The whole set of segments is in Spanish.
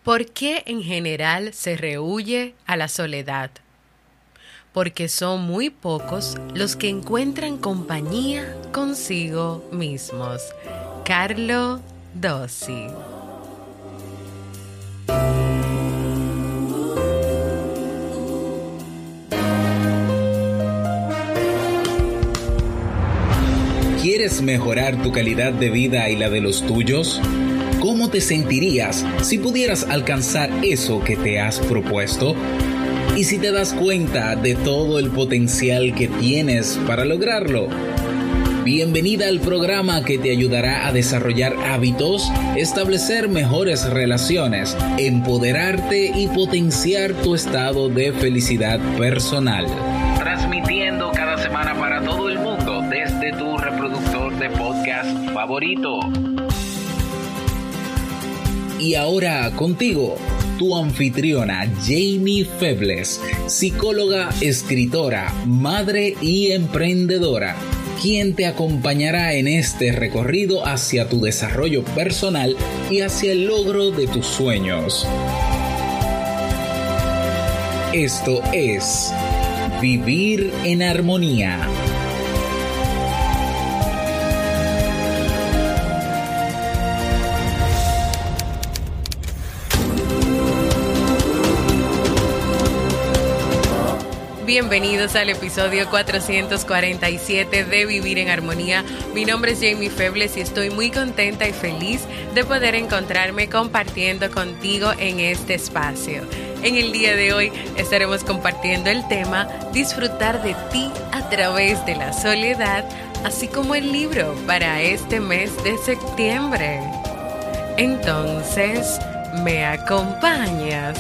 ¿Por qué en general se rehúye a la soledad? Porque son muy pocos los que encuentran compañía consigo mismos. Carlo Dossi. ¿Quieres mejorar tu calidad de vida y la de los tuyos? ¿Cómo te sentirías si pudieras alcanzar eso que te has propuesto? ¿Y si te das cuenta de todo el potencial que tienes para lograrlo? Bienvenida al programa que te ayudará a desarrollar hábitos, establecer mejores relaciones, empoderarte y potenciar tu estado de felicidad personal. Transmitiendo cada semana para todo el mundo desde tu reproductor de podcast favorito. Y ahora contigo, tu anfitriona Jamie Febles, psicóloga, escritora, madre y emprendedora, quien te acompañará en este recorrido hacia tu desarrollo personal y hacia el logro de tus sueños. Esto es Vivir en Armonía. Bienvenidos al episodio 447 de Vivir en Armonía. Mi nombre es Jamie Febles y estoy muy contenta y feliz de poder encontrarme compartiendo contigo en este espacio. En el día de hoy estaremos compartiendo el tema Disfrutar de ti a través de la soledad, así como el libro para este mes de septiembre. Entonces, ¿me acompañas?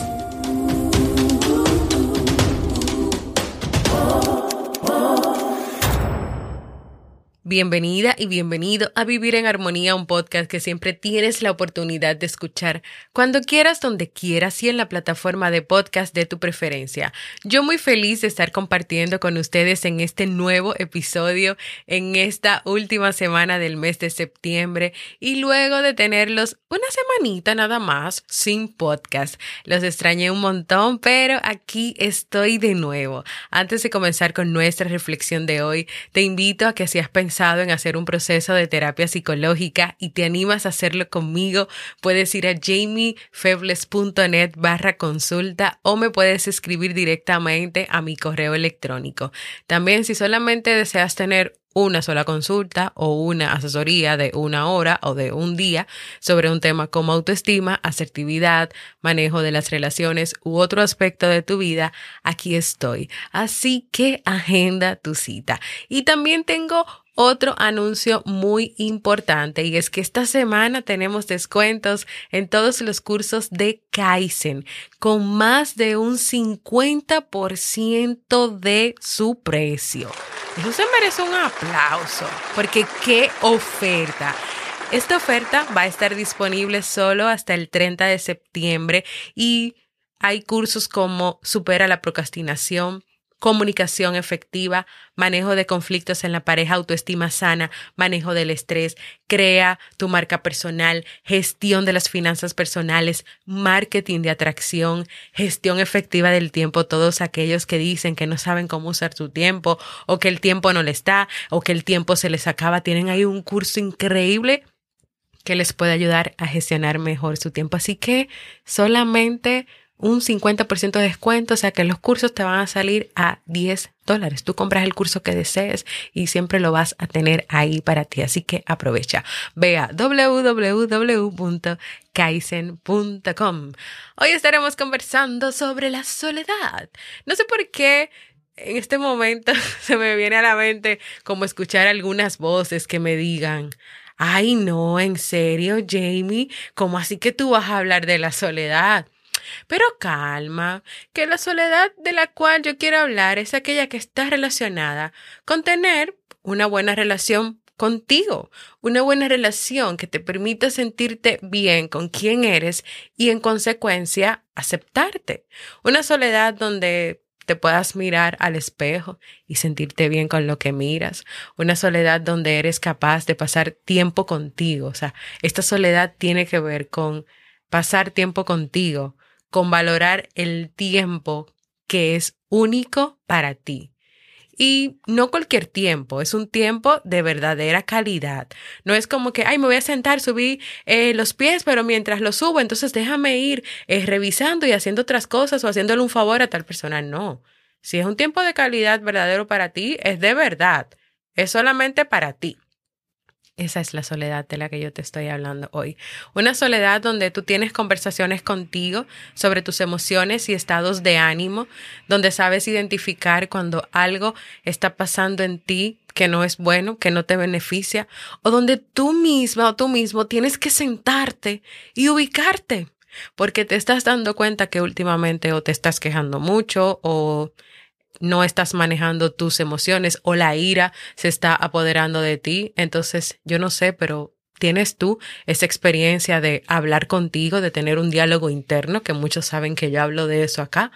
Bienvenida y bienvenido a Vivir en Armonía, un podcast que siempre tienes la oportunidad de escuchar cuando quieras, donde quieras y en la plataforma de podcast de tu preferencia. Yo muy feliz de estar compartiendo con ustedes en este nuevo episodio, en esta última semana del mes de septiembre y luego de tenerlos una semanita nada más sin podcast. Los extrañé un montón, pero aquí estoy de nuevo. Antes de comenzar con nuestra reflexión de hoy, te invito a que si has pensado en hacer un proceso de terapia psicológica y te animas a hacerlo conmigo, puedes ir a jamiefebles.net/consulta o me puedes escribir directamente a mi correo electrónico. También, si solamente deseas tener una sola consulta o una asesoría de 1 hora o de un día sobre un tema como autoestima, asertividad, manejo de las relaciones u otro aspecto de tu vida, aquí estoy. Así que agenda tu cita. Y también tengo otro anuncio muy importante y es que esta semana tenemos descuentos en todos los cursos de Kaizen con más de un 50% de su precio. Eso se merece un aplauso porque ¡qué oferta! Esta oferta va a estar disponible solo hasta el 30 de septiembre y hay cursos como Supera la procrastinación, comunicación efectiva, manejo de conflictos en la pareja, autoestima sana, manejo del estrés, crea tu marca personal, gestión de las finanzas personales, marketing de atracción, gestión efectiva del tiempo. Todos aquellos que dicen que no saben cómo usar su tiempo o que el tiempo no les da o que el tiempo se les acaba, tienen ahí un curso increíble que les puede ayudar a gestionar mejor su tiempo. Así que solamente un 50% de descuento, o sea que los cursos te van a salir a $10. Tú compras el curso que desees y siempre lo vas a tener ahí para ti. Así que aprovecha. Ve a www.kaizen.com. Hoy estaremos conversando sobre la soledad. No sé por qué en este momento se me viene a la mente como escuchar algunas voces que me digan: ay, no, en serio, Jamie, ¿cómo así que tú vas a hablar de la soledad? Pero calma, que la soledad de la cual yo quiero hablar es aquella que está relacionada con tener una buena relación contigo, una buena relación que te permita sentirte bien con quién eres y en consecuencia aceptarte. Una soledad donde te puedas mirar al espejo y sentirte bien con lo que miras. Una soledad donde eres capaz de pasar tiempo contigo. O sea, esta soledad tiene que ver con pasar tiempo contigo, con valorar el tiempo que es único para ti. Y no cualquier tiempo, es un tiempo de verdadera calidad. No es como que, ay, me voy a sentar, subí los pies, pero mientras los subo, entonces déjame ir revisando y haciendo otras cosas o haciéndole un favor a tal persona. No, si es un tiempo de calidad verdadero para ti, es de verdad, es solamente para ti. Esa es la soledad de la que yo te estoy hablando hoy. Una soledad donde tú tienes conversaciones contigo sobre tus emociones y estados de ánimo, donde sabes identificar cuando algo está pasando en ti que no es bueno, que no te beneficia, o donde tú misma o tú mismo tienes que sentarte y ubicarte, porque te estás dando cuenta que últimamente o te estás quejando mucho o no estás manejando tus emociones o la ira se está apoderando de ti. Entonces, yo no sé, pero ¿tienes tú esa experiencia de hablar contigo, de tener un diálogo interno, que muchos saben que yo hablo de eso acá?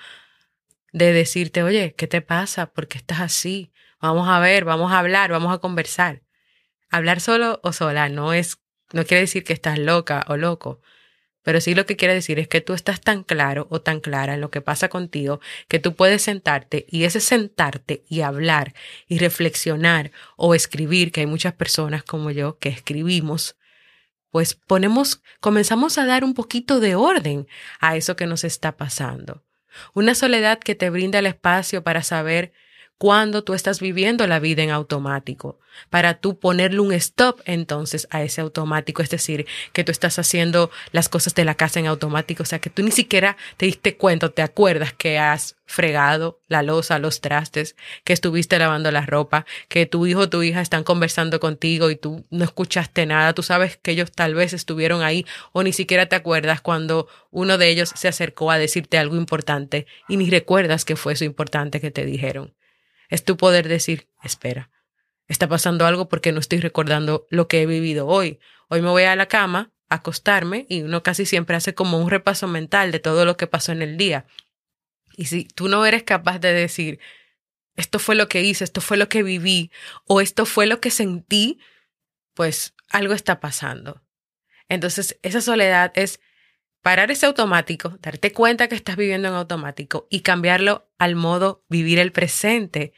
De decirte, oye, ¿qué te pasa? ¿Por qué estás así? Vamos a ver, vamos a hablar, vamos a conversar. Hablar solo o sola no quiere decir que estás loca o loco. Pero sí lo que quiere decir es que tú estás tan claro o tan clara en lo que pasa contigo que tú puedes sentarte y ese sentarte y hablar y reflexionar o escribir, que hay muchas personas como yo que escribimos, pues comenzamos a dar un poquito de orden a eso que nos está pasando. Una soledad que te brinda el espacio para saber cuando tú estás viviendo la vida en automático, para tú ponerle un stop entonces a ese automático, es decir, que tú estás haciendo las cosas de la casa en automático, o sea, que tú ni siquiera te diste cuenta, te acuerdas que has fregado la loza, los trastes, que estuviste lavando la ropa, que tu hijo o tu hija están conversando contigo y tú no escuchaste nada, tú sabes que ellos tal vez estuvieron ahí o ni siquiera te acuerdas cuando uno de ellos se acercó a decirte algo importante y ni recuerdas que fue eso importante que te dijeron. Es tu poder decir, espera, está pasando algo porque no estoy recordando lo que he vivido hoy. Hoy me voy a la cama, a acostarme, y uno casi siempre hace como un repaso mental de todo lo que pasó en el día. Y si tú no eres capaz de decir, esto fue lo que hice, esto fue lo que viví, o esto fue lo que sentí, pues algo está pasando. Entonces, esa soledad es parar ese automático, darte cuenta que estás viviendo en automático y cambiarlo al modo vivir el presente,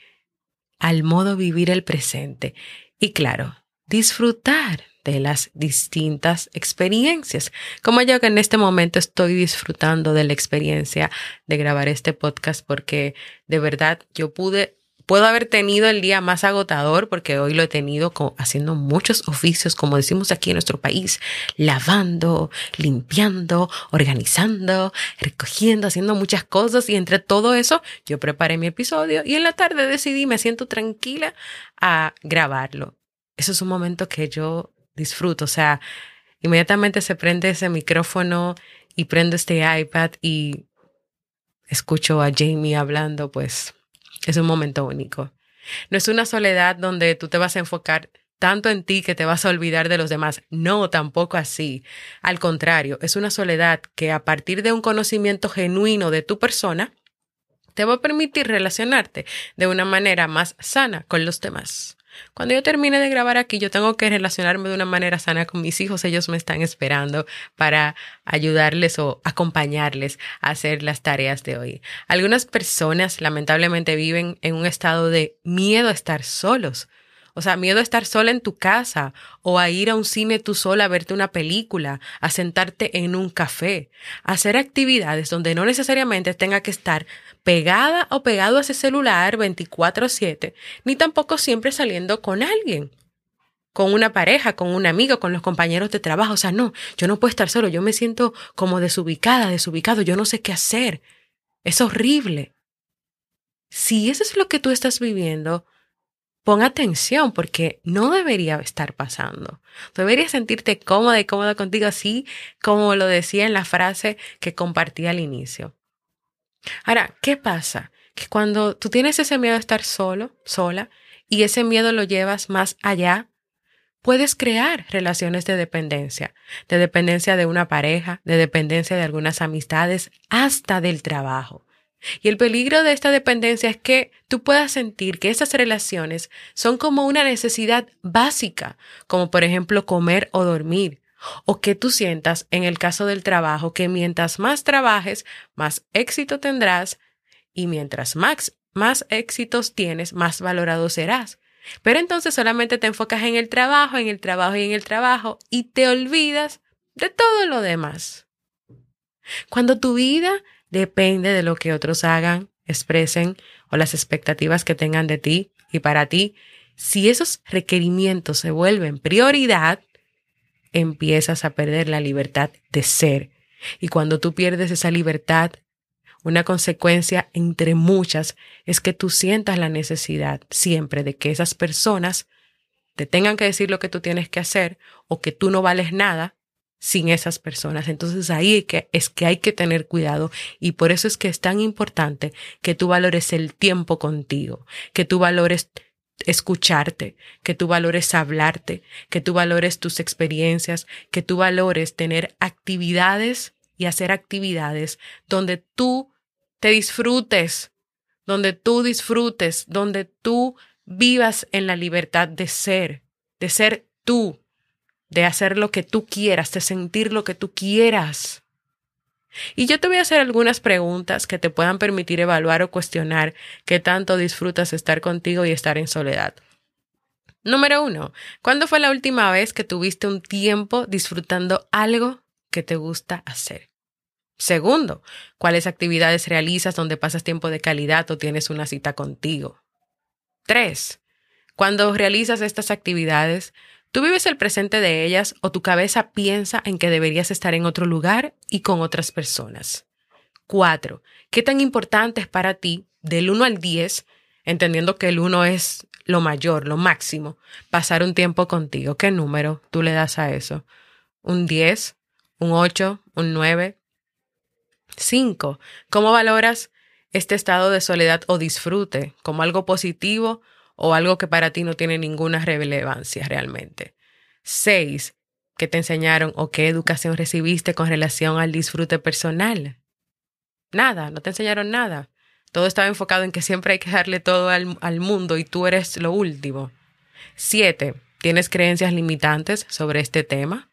Y claro, disfrutar de las distintas experiencias. Como yo que en este momento estoy disfrutando de la experiencia de grabar este podcast porque de verdad puedo haber tenido el día más agotador porque hoy lo he tenido haciendo muchos oficios, como decimos aquí en nuestro país, lavando, limpiando, organizando, recogiendo, haciendo muchas cosas y entre todo eso yo preparé mi episodio y en la tarde decidí, me siento tranquila a grabarlo. Eso es un momento que yo disfruto, o sea, inmediatamente se prende ese micrófono y prendo este iPad y escucho a Jamie hablando, pues es un momento único. No es una soledad donde tú te vas a enfocar tanto en ti que te vas a olvidar de los demás. No, tampoco así. Al contrario, es una soledad que a partir de un conocimiento genuino de tu persona, te va a permitir relacionarte de una manera más sana con los demás. Cuando yo termine de grabar aquí, yo tengo que relacionarme de una manera sana con mis hijos. Ellos me están esperando para ayudarles o acompañarles a hacer las tareas de hoy. Algunas personas lamentablemente viven en un estado de miedo a estar solos. O sea, miedo a estar sola en tu casa o a ir a un cine tú sola a verte una película, a sentarte en un café, a hacer actividades donde no necesariamente tenga que estar pegada o pegado a ese celular 24/7, ni tampoco siempre saliendo con alguien, con una pareja, con un amigo, con los compañeros de trabajo. O sea, no, yo no puedo estar solo, yo me siento como desubicado, yo no sé qué hacer. Es horrible. Si eso es lo que tú estás viviendo, pon atención porque no debería estar pasando. Deberías sentirte cómoda y cómoda contigo, así como lo decía en la frase que compartí al inicio. Ahora, ¿qué pasa? Que cuando tú tienes ese miedo a estar solo, sola, y ese miedo lo llevas más allá, puedes crear relaciones de dependencia de una pareja, de dependencia de algunas amistades, hasta del trabajo. Y el peligro de esta dependencia es que tú puedas sentir que esas relaciones son como una necesidad básica, como por ejemplo comer o dormir, O que tú sientas, en el caso del trabajo, que mientras más trabajes, más éxito tendrás y mientras más éxitos tienes, más valorado serás. Pero entonces solamente te enfocas en el trabajo, en el trabajo y en el trabajo y te olvidas de todo lo demás. Cuando tu vida depende de lo que otros hagan, expresen o las expectativas que tengan de ti y para ti, si esos requerimientos se vuelven prioridad, empiezas a perder la libertad de ser. Y cuando tú pierdes esa libertad, una consecuencia entre muchas es que tú sientas la necesidad siempre de que esas personas te tengan que decir lo que tú tienes que hacer o que tú no vales nada sin esas personas. Entonces ahí es que hay que tener cuidado y por eso es que es tan importante que tú valores el tiempo contigo, que tú valores escucharte, que tú valores hablarte, que tú valores tus experiencias, que tú valores tener actividades y hacer actividades donde tú te disfrutes, donde tú disfrutes, donde tú vivas en la libertad de ser tú, de hacer lo que tú quieras, de sentir lo que tú quieras. Y yo te voy a hacer algunas preguntas que te puedan permitir evaluar o cuestionar qué tanto disfrutas estar contigo y estar en soledad. Número 1. ¿Cuándo fue la última vez que tuviste un tiempo disfrutando algo que te gusta hacer? Segundo, ¿cuáles actividades realizas donde pasas tiempo de calidad o tienes una cita contigo? 3. Cuando realizas estas actividades, ¿tú vives el presente de ellas o tu cabeza piensa en que deberías estar en otro lugar y con otras personas? 4. ¿Qué tan importante es para ti, del 1 al 10, entendiendo que el 1 es lo mayor, lo máximo, pasar un tiempo contigo? ¿Qué número tú le das a eso? ¿Un 10? ¿Un 8? ¿Un 9? 5. ¿Cómo valoras este estado de soledad o disfrute? ¿Como algo positivo o algo que para ti no tiene ninguna relevancia realmente? 6. ¿Qué te enseñaron o qué educación recibiste con relación al disfrute personal? Nada, no te enseñaron nada. Todo estaba enfocado en que siempre hay que darle todo al mundo y tú eres lo último. 7. ¿Tienes creencias limitantes sobre este tema?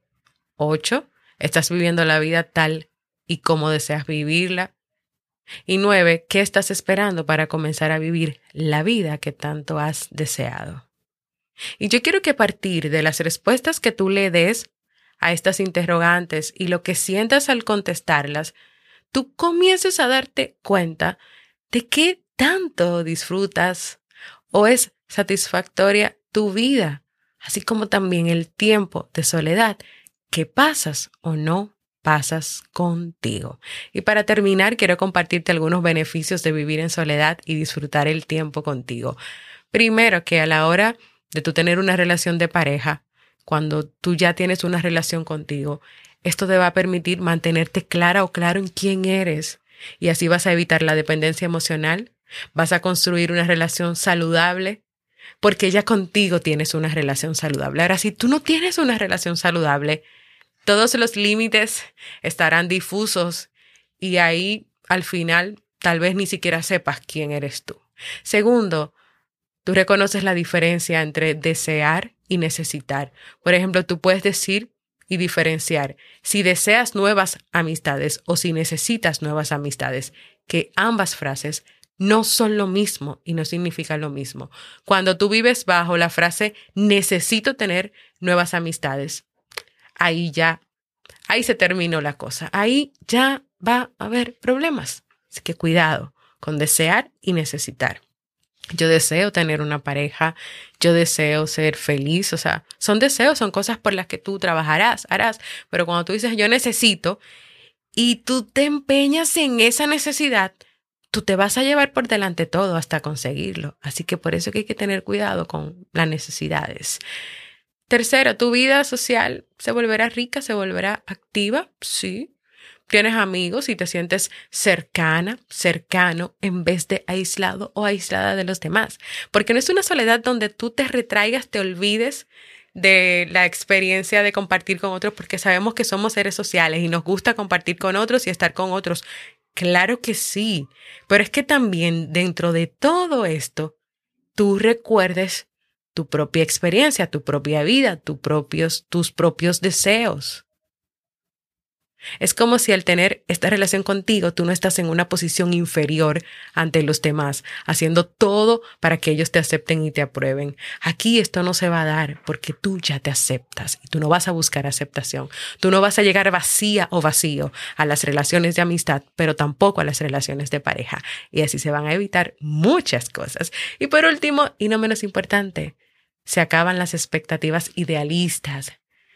8. ¿Estás viviendo la vida tal y como deseas vivirla? Y 9. ¿Qué estás esperando para comenzar a vivir la vida que tanto has deseado? Y yo quiero que a partir de las respuestas que tú le des a estas interrogantes y lo que sientas al contestarlas, tú comiences a darte cuenta de qué tanto disfrutas o es satisfactoria tu vida, así como también el tiempo de soledad que pasas o no pasas contigo. Y para terminar, quiero compartirte algunos beneficios de vivir en soledad y disfrutar el tiempo contigo. Primero, que a la hora de tú tener una relación de pareja, cuando tú ya tienes una relación contigo, esto te va a permitir mantenerte clara o claro en quién eres y así vas a evitar la dependencia emocional, vas a construir una relación saludable porque ya contigo tienes una relación saludable. Ahora, si tú no tienes una relación saludable, todos los límites estarán difusos y ahí al final tal vez ni siquiera sepas quién eres tú. Segundo, tú reconoces la diferencia entre desear y necesitar. Por ejemplo, tú puedes decir y diferenciar si deseas nuevas amistades o si necesitas nuevas amistades, que ambas frases no son lo mismo y no significan lo mismo. Cuando tú vives bajo la frase necesito tener nuevas amistades, ahí se terminó la cosa. Ahí ya va a haber problemas. Así que cuidado con desear y necesitar. Yo deseo tener una pareja, yo deseo ser feliz, o sea, son deseos, son cosas por las que tú trabajarás, harás, pero cuando tú dices yo necesito y tú te empeñas en esa necesidad, tú te vas a llevar por delante todo hasta conseguirlo. Así que por eso que hay que tener cuidado con las necesidades. Tercero, tu vida social se volverá rica, se volverá activa, sí. Tienes amigos y te sientes cercana, cercano, en vez de aislado o aislada de los demás. Porque no es una soledad donde tú te retraigas, te olvides de la experiencia de compartir con otros, porque sabemos que somos seres sociales y nos gusta compartir con otros y estar con otros. Claro que sí, pero es que también dentro de todo esto, tú recuerdes tu propia experiencia, tu propia vida, tus propios deseos. Es como si al tener esta relación contigo, tú no estás en una posición inferior ante los demás, haciendo todo para que ellos te acepten y te aprueben. Aquí esto no se va a dar porque tú ya te aceptas y tú no vas a buscar aceptación. Tú no vas a llegar vacía o vacío a las relaciones de amistad, pero tampoco a las relaciones de pareja. Y así se van a evitar muchas cosas. Y por último, y no menos importante, se acaban las expectativas idealistas.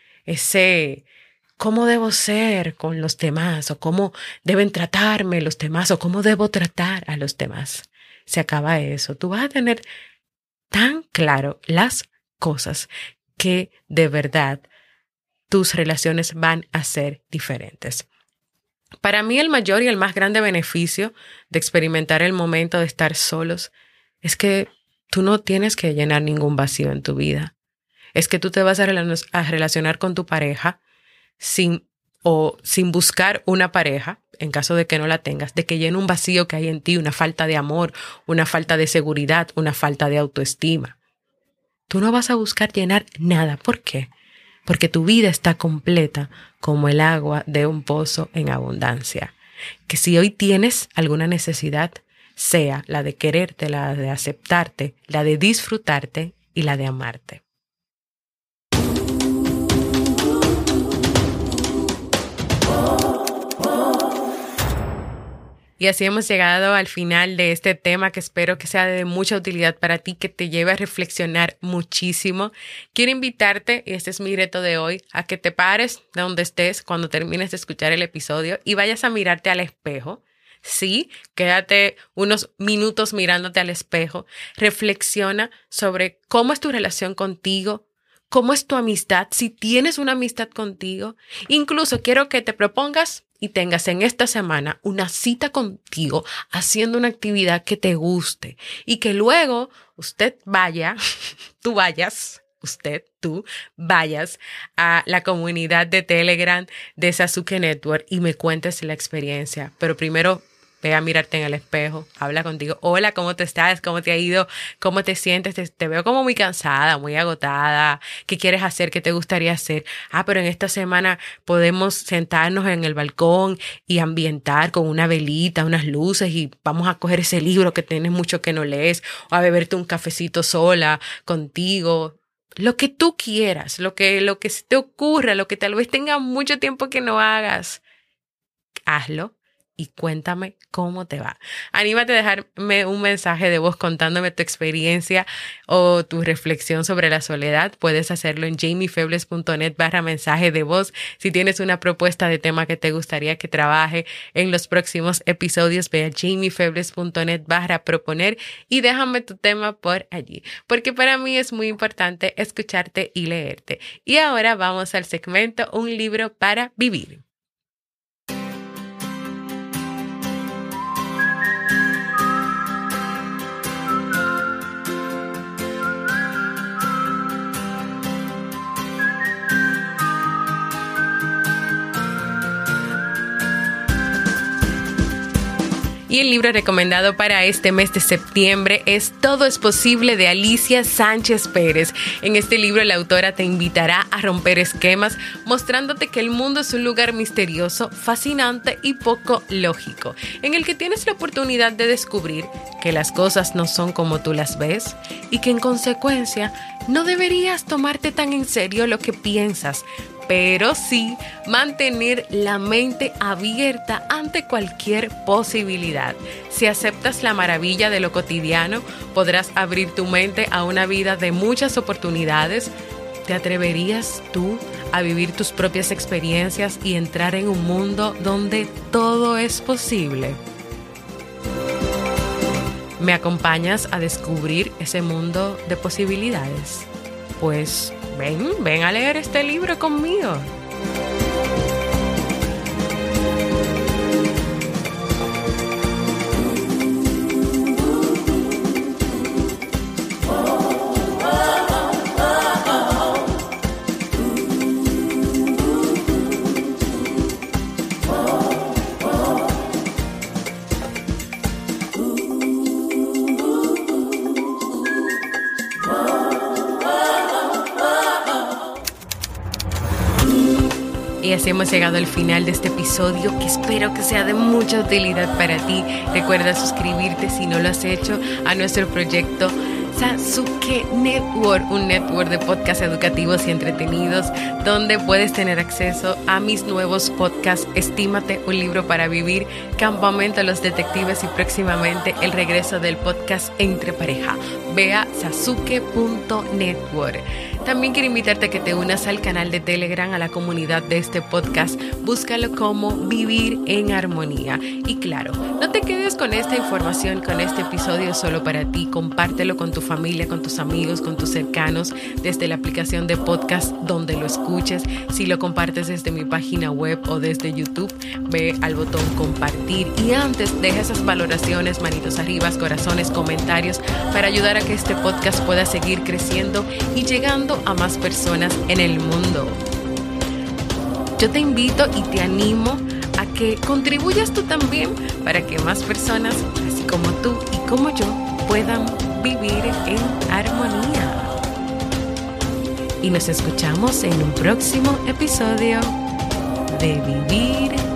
¿Cómo debo ser con los demás? ¿O cómo deben tratarme los demás? ¿O cómo debo tratar a los demás? Se acaba eso. Tú vas a tener tan claro las cosas que de verdad tus relaciones van a ser diferentes. Para mí el mayor y el más grande beneficio de experimentar el momento de estar solos es que tú no tienes que llenar ningún vacío en tu vida. Es que tú te vas a relacionar con tu pareja sin buscar una pareja, en caso de que no la tengas, de que llene un vacío que hay en ti, una falta de amor, una falta de seguridad, una falta de autoestima. Tú no vas a buscar llenar nada. ¿Por qué? Porque tu vida está completa como el agua de un pozo en abundancia. Que si hoy tienes alguna necesidad, sea la de quererte, la de aceptarte, la de disfrutarte y la de amarte. Y así hemos llegado al final de este tema que espero que sea de mucha utilidad para ti, que te lleve a reflexionar muchísimo. Quiero invitarte, y este es mi reto de hoy, a que te pares de donde estés cuando termines de escuchar el episodio y vayas a mirarte al espejo. Sí, quédate unos minutos mirándote al espejo. Reflexiona sobre cómo es tu relación contigo, cómo es tu amistad, si tienes una amistad contigo. Incluso quiero que te propongas y tengas en esta semana una cita contigo haciendo una actividad que te guste y que luego tú vayas a la comunidad de Telegram de Sasuke Network y me cuentes la experiencia. Pero primero ve a mirarte en el espejo, habla contigo. Hola, ¿cómo te estás? ¿Cómo te ha ido? ¿Cómo te sientes? Te veo como muy cansada, muy agotada. ¿Qué quieres hacer? ¿Qué te gustaría hacer? Pero en esta semana podemos sentarnos en el balcón y ambientar con una velita, unas luces y vamos a coger ese libro que tienes mucho que no lees o a beberte un cafecito sola contigo. Lo que tú quieras, lo que se te ocurra, lo que tal vez tenga mucho tiempo que no hagas, hazlo. Y cuéntame cómo te va. Anímate a dejarme un mensaje de voz contándome tu experiencia o tu reflexión sobre la soledad. Puedes hacerlo en jamiefebles.net/mensaje de voz. Si tienes una propuesta de tema que te gustaría que trabaje en los próximos episodios, ve a jamiefebles.net/proponer y déjame tu tema por allí. Porque para mí es muy importante escucharte y leerte. Y ahora vamos al segmento Un libro para vivir. Y el libro recomendado para este mes de septiembre es Todo es posible de Alicia Sánchez Pérez. En este libro la autora te invitará a romper esquemas, mostrándote que el mundo es un lugar misterioso, fascinante y poco lógico, en el que tienes la oportunidad de descubrir que las cosas no son como tú las ves y que en consecuencia no deberías tomarte tan en serio lo que piensas, pero sí mantener la mente abierta ante cualquier posibilidad. Si aceptas la maravilla de lo cotidiano, podrás abrir tu mente a una vida de muchas oportunidades. ¿Te atreverías tú a vivir tus propias experiencias y entrar en un mundo donde todo es posible? ¿Me acompañas a descubrir ese mundo de posibilidades? Pues ven a leer este libro conmigo. Así hemos llegado al final de este episodio que espero que sea de mucha utilidad para ti. Recuerda suscribirte si no lo has hecho a nuestro proyecto Sasuke Network, un network de podcasts educativos y entretenidos donde puedes tener acceso a mis nuevos podcasts Estímate, un libro para vivir, Campamento Los Detectives y próximamente el regreso del podcast Entre Pareja. Ve a sasuke.network. También quiero invitarte a que te unas al canal de Telegram, a la comunidad de este podcast. Búscalo como Vivir en Armonía. Y claro, no te quedes con esta información, con este episodio solo para ti. Compártelo con tu familia, con tus amigos, con tus cercanos, desde la aplicación de podcast donde lo escuches. Si lo compartes desde mi página web o desde YouTube, ve al botón compartir. Y antes, deja esas valoraciones, manitos arriba, corazones, comentarios, para ayudar a que este podcast pueda seguir creciendo y llegando a más personas en el mundo. Yo te invito y te animo a que contribuyas tú también para que más personas, así como tú y como yo, puedan vivir en armonía. Y nos escuchamos en un próximo episodio de Vivir